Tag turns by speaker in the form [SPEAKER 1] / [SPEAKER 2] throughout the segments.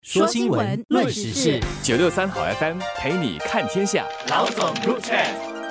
[SPEAKER 1] 说新闻，论时事
[SPEAKER 2] 963好 FM 陪你看天下。
[SPEAKER 1] 老总入场。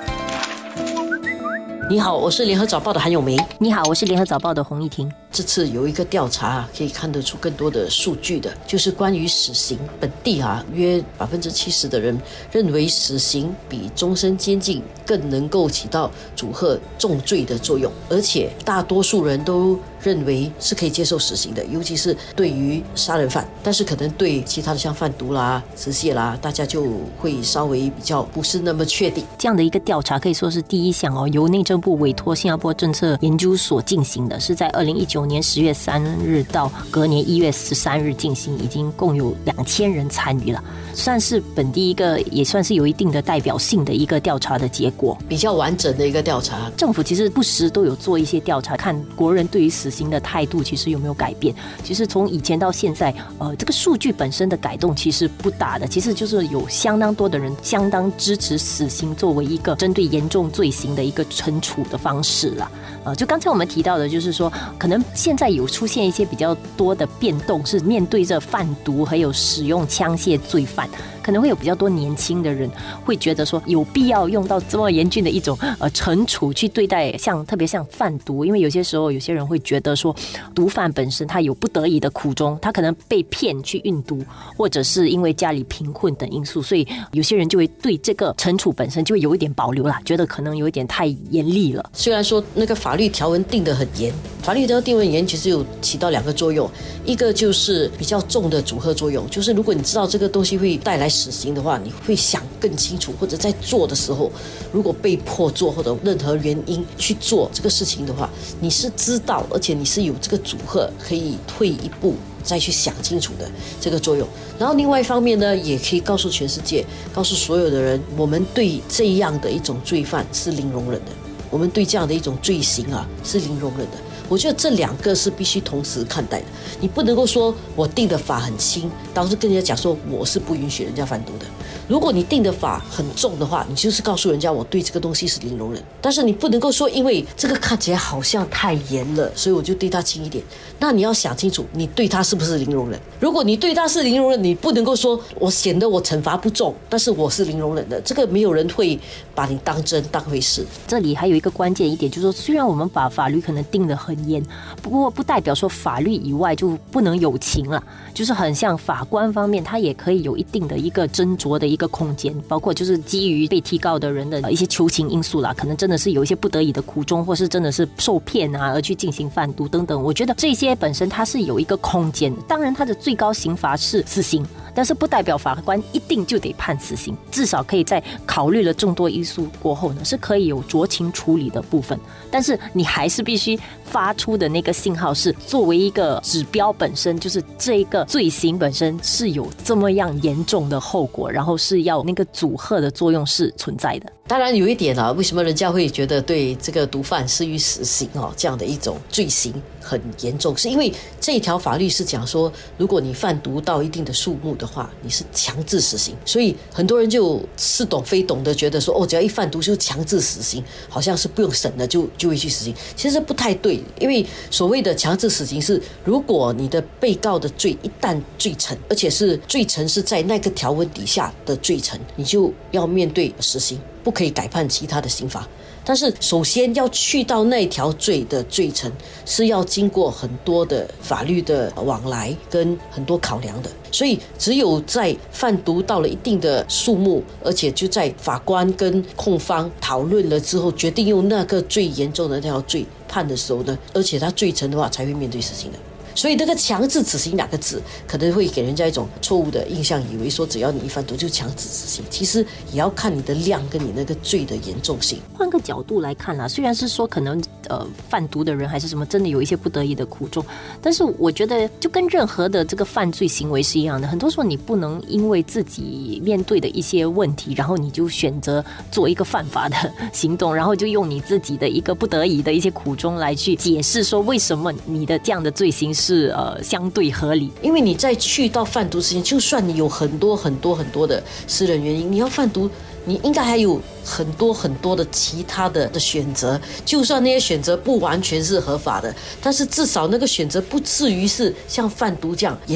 [SPEAKER 3] 你好，我是联合早报的韩咏梅。
[SPEAKER 4] 你好，我是联合早报的洪一婷。
[SPEAKER 3] 这次有一个调查可以看得出更多的数据的，就是关于死刑。本地约70%的人认为死刑比终身监禁更能够起到阻吓重罪的作用，而且大多数人都认为是可以接受死刑的，尤其是对于杀人犯。但是可能对其他的像贩毒啦、持械啦，大家就会稍微比较不是那么确定。
[SPEAKER 4] 这样的一个调查可以说是第一项由内政部委托新加坡政策研究所进行的，是在2019年10月3日到隔年1月13日进行，已经共有2000人参与了，算是本地一个也算是有一定的代表性的一个调查的结果，
[SPEAKER 3] 比较完整的一个调查。
[SPEAKER 4] 政府其实不时都有做一些调查，看国人对于死刑的态度其实有没有改变。其实从以前到现在这个数据本身的改动其实不大的，其实就是有相当多的人相当支持死刑作为一个针对严重罪行的一个惩处的方式啦。就刚才我们提到的，就是说可能现在有出现一些比较多的变动，是面对着贩毒还有使用枪械罪犯，可能会有比较多年轻的人会觉得说有必要用到这么严峻的一种惩处去对待特别像贩毒，因为有些时候有些人会觉得说毒贩本身他有不得已的苦衷，他可能被骗去运毒，或者是因为家里贫困等因素，所以有些人就会对这个惩处本身就会有一点保留啦，觉得可能有一点太严厉了。
[SPEAKER 3] 虽然说那个法律条文定得很严，法律条文定得很严，其实有起到2个作用，一个就是比较重的阻吓作用，就是如果你知道这个东西会带来死刑的话，你会想更清楚，或者在做的时候如果被迫做或者任何原因去做这个事情的话，你是知道而且你是有这个阻吓可以退一步再去想清楚的这个作用。然后另外一方面呢，也可以告诉全世界，告诉所有的人，我们对这样的一种罪犯是零容忍的，我们对这样的一种罪行是零容忍的。我觉得这2个是必须同时看待的，你不能够说我定的法很轻，当时跟人家讲说我是不允许人家贩毒的。如果你定的法很重的话，你就是告诉人家我对这个东西是零容忍。但是你不能够说因为这个看起来好像太严了，所以我就对他轻一点。那你要想清楚，你对他是不是零容忍？如果你对他是零容忍，你不能够说我显得我惩罚不重，但是我是零容忍的，这个没有人会把你当真当回事。
[SPEAKER 4] 这里还有一个关键一点，就是说虽然我们把法律可能定得很严，不过不代表说法律以外就不能有情了，就是很像法官方面，他也可以有一定的一个斟酌的一个空间，包括就是基于被提告的人的一些求情因素啦，可能真的是有一些不得已的苦衷，或是真的是受骗而去进行贩毒等等。我觉得这些本身它是有一个空间的，当然它的最高刑罚是死刑，但是不代表法官一定就得判死刑，至少可以在考虑了众多因素过后呢，是可以有酌情处理的部分。但是你还是必须发出的那个信号是作为一个指标本身，就是这个罪行本身是有这么样严重的后果，然后是要那个阻吓的作用是存在的。
[SPEAKER 3] 当然有一点为什么人家会觉得对这个毒贩施予死刑这样的一种罪行很严重，是因为这一条法律是讲说，如果你贩毒到一定的数目的话，你是强制死刑。所以很多人就似懂非懂的觉得说，只要一贩毒就强制死刑，好像是不用审的就会去死刑。其实不太对，因为所谓的强制死刑是，如果你的被告的罪一旦罪成，而且是罪成是在那个条文底下的罪成，你就要面对死刑，不可以改判其他的刑罚。但是首先要去到那条罪的罪成，是要经过很多的法律的往来跟很多考量的，所以只有在贩毒到了一定的数目，而且就在法官跟控方讨论了之后，决定用那个最严重的那条罪判的时候呢，而且他罪成的话才会面对死刑的。所以那个强制死刑2个字可能会给人家一种错误的印象，以为说只要你一贩毒就强制死刑，其实也要看你的量跟你那个罪的严重性。
[SPEAKER 4] 换个角度来看啦，虽然是说可能贩毒的人还是什么真的有一些不得已的苦衷，但是我觉得就跟任何的这个犯罪行为是一样的，很多时候你不能因为自己面对的一些问题，然后你就选择做一个犯法的行动，然后就用你自己的一个不得已的一些苦衷来去解释说为什么你的这样的罪行是相对合理。
[SPEAKER 3] 因为你在去到贩毒之前，就算你有很多的私人原因，你要贩毒，你应该还有很多的其他的选择，就算那些选择不完全是合法的，但是至少那个选择不至于是像贩毒这样严重。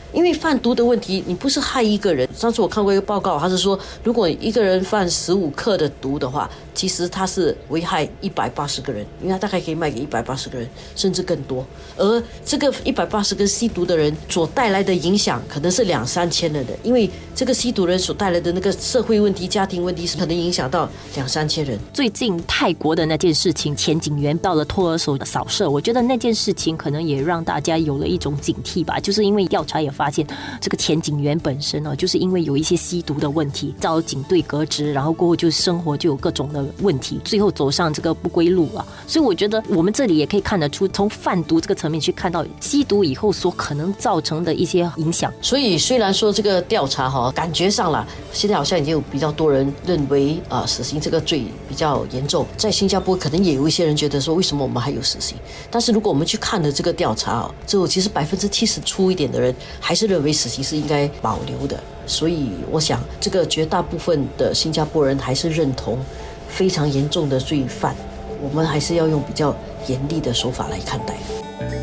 [SPEAKER 3] 因为贩毒的问题，你不是害一个人。上次我看过一个报告，他是说，如果一个人贩15克的毒的话，其实他是危害180个人，因为他大概可以卖给180个人，甚至更多。而这个180个吸毒的人所带来的影响，可能是2-3千人的，因为这个吸毒人所带来的那个社会问题、家庭问题，是可能影响到2-3千人。
[SPEAKER 4] 最近泰国的那件事情，前警员到了托儿所扫射，我觉得那件事情可能也让大家有了一种警惕吧，就是因为调查也发现，这个前警员本身就是因为有一些吸毒的问题，遭警队革职，然后过后就生活就有各种的问题，最后走上这个不归路啊。所以我觉得我们这里也可以看得出，从贩毒这个层面去看到吸毒以后所可能造成的一些影响。
[SPEAKER 3] 所以虽然说这个调查感觉上啦，现在好像已经有比较多人认为死刑这个罪比较严重，在新加坡可能也有一些人觉得说，为什么我们还有死刑？但是如果我们去看了这个调查之后，其实70%出一点的人还是认为死刑是应该保留的。所以我想，这个绝大部分的新加坡人还是认同非常严重的罪犯，我们还是要用比较严厉的手法来看待。